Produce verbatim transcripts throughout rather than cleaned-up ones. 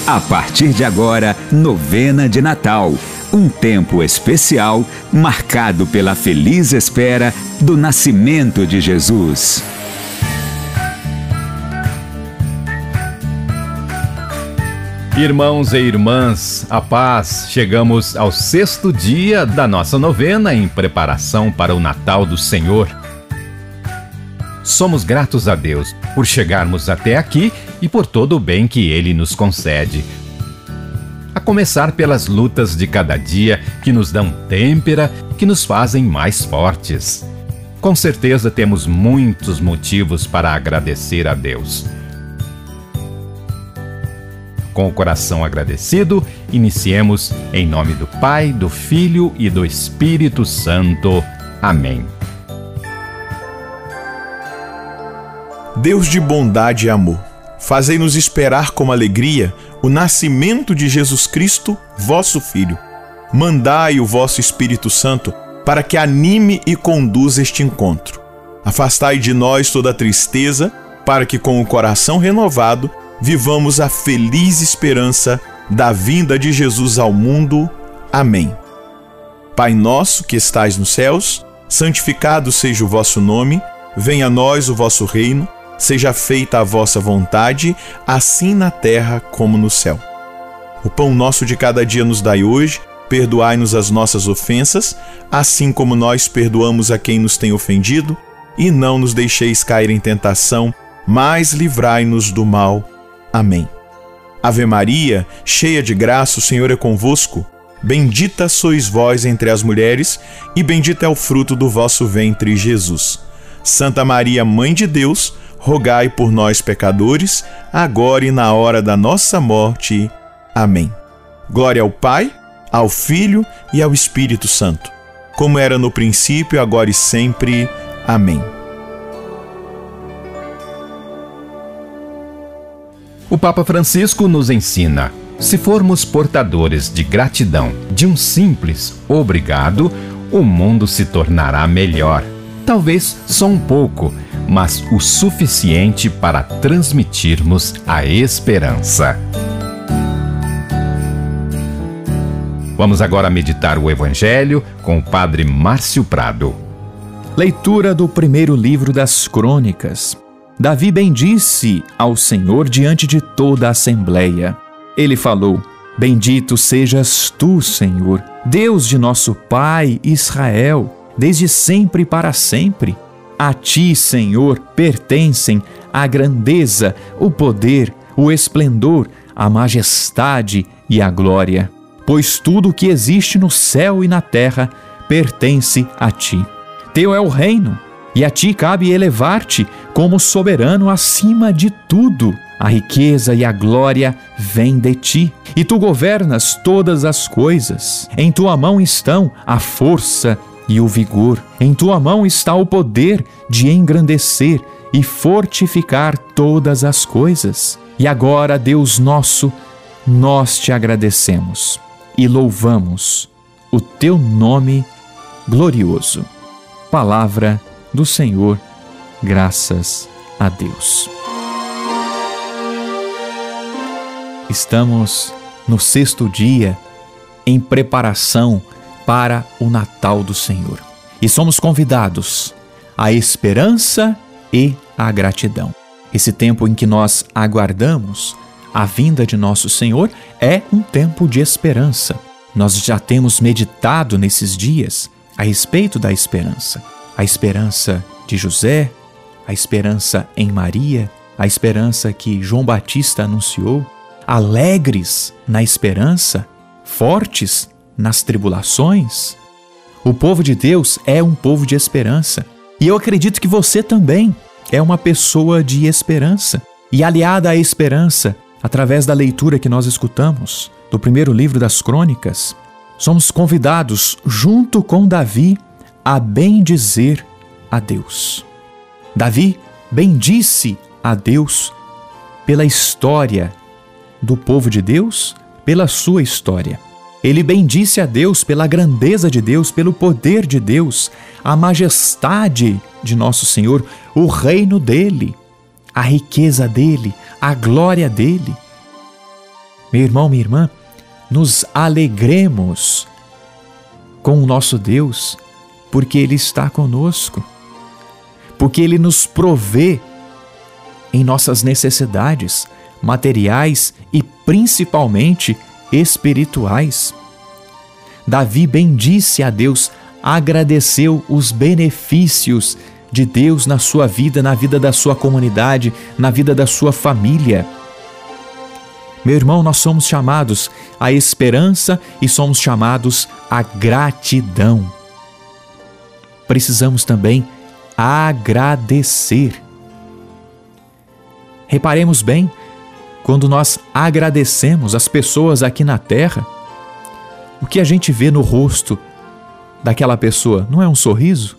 A partir de agora, novena de Natal. Um tempo especial marcado pela feliz espera do nascimento de Jesus. Irmãos e irmãs, a paz, chegamos ao sexto dia da nossa novena em preparação para o Natal do Senhor. Somos gratos a Deus por chegarmos até aqui e por todo o bem que Ele nos concede. A começar pelas lutas de cada dia que nos dão têmpera, que nos fazem mais fortes. Com certeza temos muitos motivos para agradecer a Deus. Com o coração agradecido, iniciemos em nome do Pai, do Filho e do Espírito Santo. Amém. Deus de bondade e amor, fazei-nos esperar com alegria o nascimento de Jesus Cristo, vosso Filho. Mandai o vosso Espírito Santo para que anime e conduza este encontro. Afastai de nós toda tristeza, para que com o coração renovado vivamos a feliz esperança da vinda de Jesus ao mundo. Amém. Pai nosso que estais nos céus, santificado seja o vosso nome, venha a nós o vosso reino, seja feita a vossa vontade, assim na terra como no céu. O pão nosso de cada dia nos dai hoje, perdoai-nos as nossas ofensas, assim como nós perdoamos a quem nos tem ofendido, e não nos deixeis cair em tentação, mas livrai-nos do mal. Amém. Ave Maria, cheia de graça, o Senhor é convosco. Bendita sois vós entre as mulheres, e bendito é o fruto do vosso ventre, Jesus. Santa Maria, Mãe de Deus, rogai por nós, pecadores, agora e na hora da nossa morte. Amém. Glória ao Pai, ao Filho e ao Espírito Santo, como era no princípio, agora e sempre. Amém. O Papa Francisco nos ensina: se formos portadores de gratidão, de um simples obrigado, o mundo se tornará melhor. Talvez só um pouco, mas o suficiente para transmitirmos a esperança. Vamos agora meditar o Evangelho com o Padre Márcio Prado. Leitura do primeiro livro das Crônicas. Davi bendisse ao Senhor diante de toda a Assembleia. Ele falou: Bendito sejas tu, Senhor, Deus de nosso Pai Israel, desde sempre e para sempre. A ti, Senhor, pertencem a grandeza, o poder, o esplendor, a majestade e a glória. Pois tudo o que existe no céu e na terra pertence a ti. Teu é o reino, e a ti cabe elevar-te como soberano acima de tudo. A riqueza e a glória vêm de ti, e tu governas todas as coisas. Em tua mão estão a força e o vigor. Em tua mão está o poder de engrandecer e fortificar todas as coisas. E agora, Deus nosso, nós te agradecemos e louvamos o teu nome glorioso. Palavra do Senhor, graças a Deus. Estamos no sexto dia em preparação para o Natal do Senhor e somos convidados à esperança e à gratidão. Esse tempo em que nós aguardamos a vinda de nosso Senhor é um tempo de esperança. Nós já temos meditado nesses dias a respeito da esperança. A esperança de José, a esperança em Maria, a esperança que João Batista anunciou, alegres na esperança, fortes nas tribulações. O povo de Deus é um povo de esperança. E eu acredito que você também é uma pessoa de esperança. E aliada à esperança, através da leitura que nós escutamos do primeiro livro das Crônicas, somos convidados, junto com Davi, a bendizer a Deus. Davi bendisse a Deus pela história do povo de Deus, pela sua história. Ele bendisse a Deus pela grandeza de Deus, pelo poder de Deus, a majestade de nosso Senhor, o reino dele, a riqueza dele, a glória dele. Meu irmão, minha irmã, nos alegremos com o nosso Deus, porque Ele está conosco, porque Ele nos provê em nossas necessidades materiais e principalmente espirituais. Davi bendisse a Deus, agradeceu os benefícios de Deus na sua vida, na vida da sua comunidade, na vida da sua família. Meu irmão, nós somos chamados à esperança e somos chamados à gratidão. Precisamos também agradecer. Reparemos bem, quando nós agradecemos as pessoas aqui na terra, o que a gente vê no rosto daquela pessoa não é um sorriso?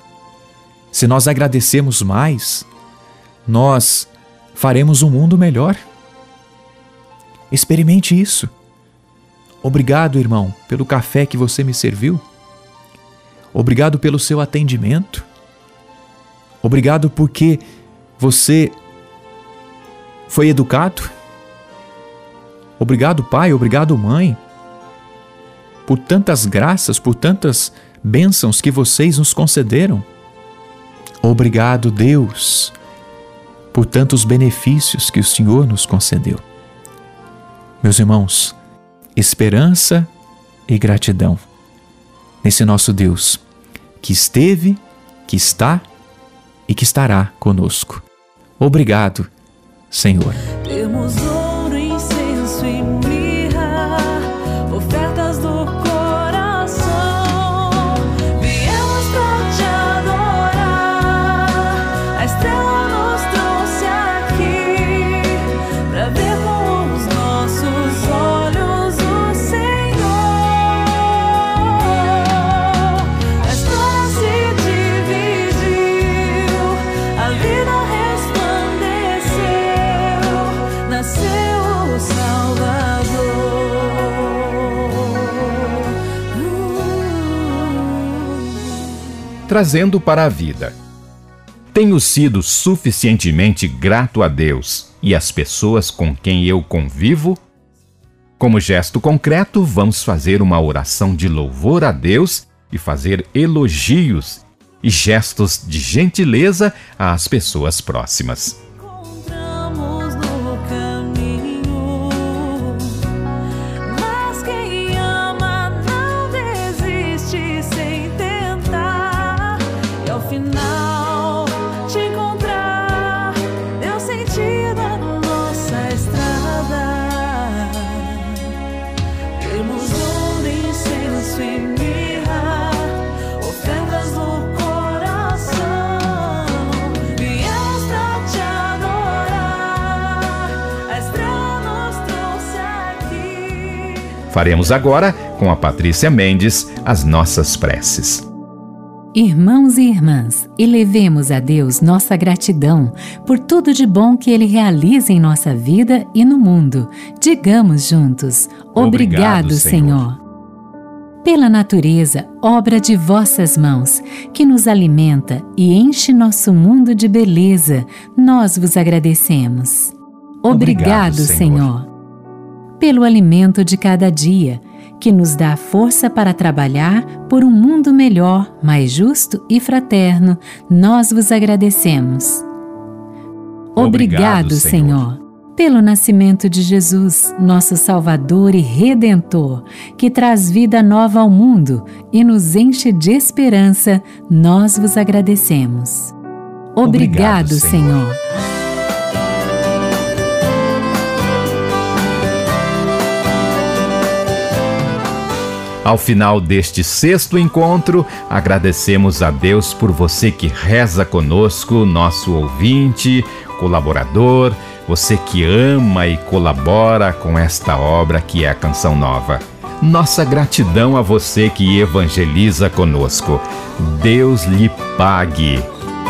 Se nós agradecemos mais, nós faremos um mundo melhor. Experimente isso. Obrigado, irmão, pelo café que você me serviu. Obrigado pelo seu atendimento. Obrigado porque você foi educado. Obrigado, pai, obrigado, mãe, por tantas graças, por tantas bênçãos que vocês nos concederam. Obrigado, Deus, por tantos benefícios que o Senhor nos concedeu. Meus irmãos, esperança e gratidão nesse nosso Deus que esteve, que está e que estará conosco. Obrigado, Senhor. Temos ouro, incenso e mirra, ofertas do coração. Viemos pra te adorar. A estrela nos trouxe aqui pra ver com os nossos olhos o Senhor. A história se dividiu, a vida nasceu o Salvador. Trazendo para a vida. Tenho sido suficientemente grato a Deus e às pessoas com quem eu convivo? Como gesto concreto, vamos fazer uma oração de louvor a Deus e fazer elogios e gestos de gentileza às pessoas próximas. Faremos agora, com a Patrícia Mendes, as nossas preces. Irmãos e irmãs, elevemos a Deus nossa gratidão por tudo de bom que Ele realiza em nossa vida e no mundo. Digamos juntos, obrigado, obrigado Senhor. Senhor. Pela natureza, obra de vossas mãos, que nos alimenta e enche nosso mundo de beleza, nós vos agradecemos. Obrigado, obrigado Senhor. Senhor. Pelo alimento de cada dia, que nos dá força para trabalhar por um mundo melhor, mais justo e fraterno, nós vos agradecemos. Obrigado, Obrigado Senhor. Senhor, pelo nascimento de Jesus, nosso Salvador e Redentor, que traz vida nova ao mundo e nos enche de esperança, nós vos agradecemos. Obrigado, Obrigado Senhor. Senhor. Ao final deste sexto encontro, agradecemos a Deus por você que reza conosco, nosso ouvinte, colaborador, você que ama e colabora com esta obra que é a Canção Nova. Nossa gratidão a você que evangeliza conosco. Deus lhe pague.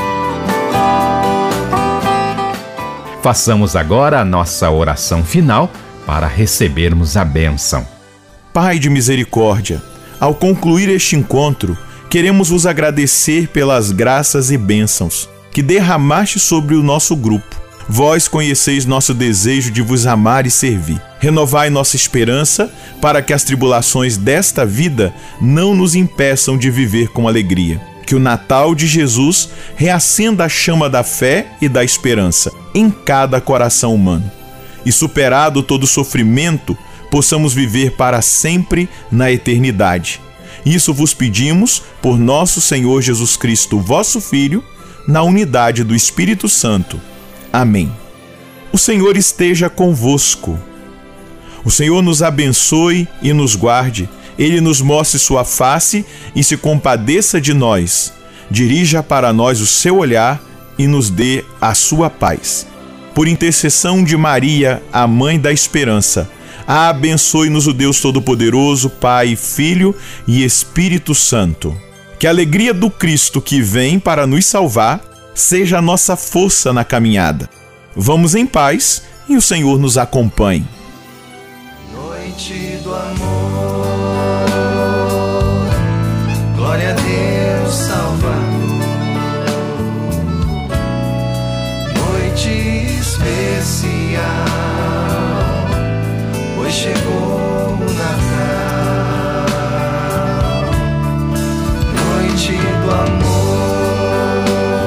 Façamos agora a nossa oração final para recebermos a bênção. Pai de misericórdia, ao concluir este encontro, queremos vos agradecer pelas graças e bênçãos que derramaste sobre o nosso grupo. Vós conheceis nosso desejo de vos amar e servir. Renovai nossa esperança para que as tribulações desta vida não nos impeçam de viver com alegria. Que o Natal de Jesus reacenda a chama da fé e da esperança em cada coração humano. E superado todo sofrimento, possamos viver para sempre na eternidade. Isso vos pedimos por nosso Senhor Jesus Cristo, vosso Filho, na unidade do Espírito Santo. Amém. O Senhor esteja convosco. O Senhor nos abençoe e nos guarde. Ele nos mostre sua face e se compadeça de nós. Dirija para nós o seu olhar e nos dê a sua paz. Por intercessão de Maria, a Mãe da Esperança, abençoe-nos o Deus Todo-Poderoso, Pai, Filho e Espírito Santo. Que a alegria do Cristo que vem para nos salvar seja a nossa força na caminhada. Vamos em paz e o Senhor nos acompanhe. Noite do amor, glória a Deus Salvador. Noite especial, pois chegou o Natal. Noite do amor,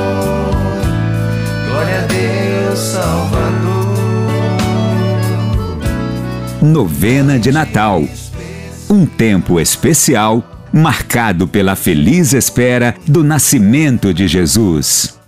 glória a Deus Salvador. Novena de Natal. Um tempo especial marcado pela feliz espera do nascimento de Jesus.